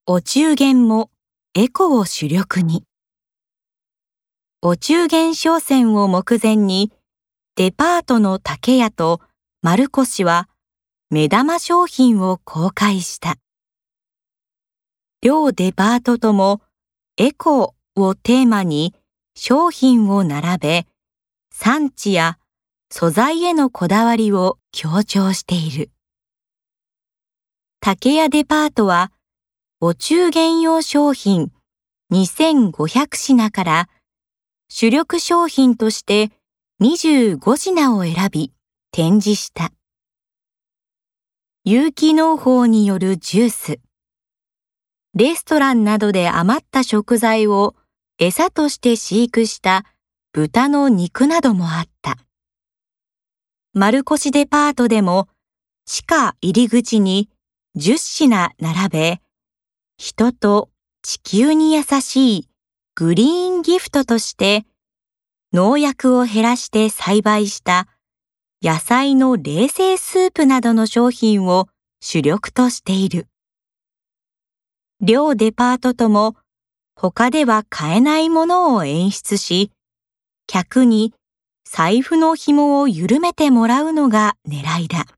お中元もエコを主力に。お中元商戦を目前に、デパートの竹屋と丸越は目玉商品を公開した。両デパートともエコをテーマに商品を並べ、産地や素材へのこだわりを強調している。竹屋デパートは、お中元用商品2500品から主力商品として25品を選び展示した。有機農法によるジュース。レストランなどで余った食材を餌として飼育した豚の肉などもあった。丸越デパートでも地下入り口に10品並べ、人と地球に優しいグリーンギフトとして農薬を減らして栽培した野菜の冷製スープなどの商品を主力としている。両デパートとも他では買えないものを演出し、客に財布の紐を緩めてもらうのが狙いだ。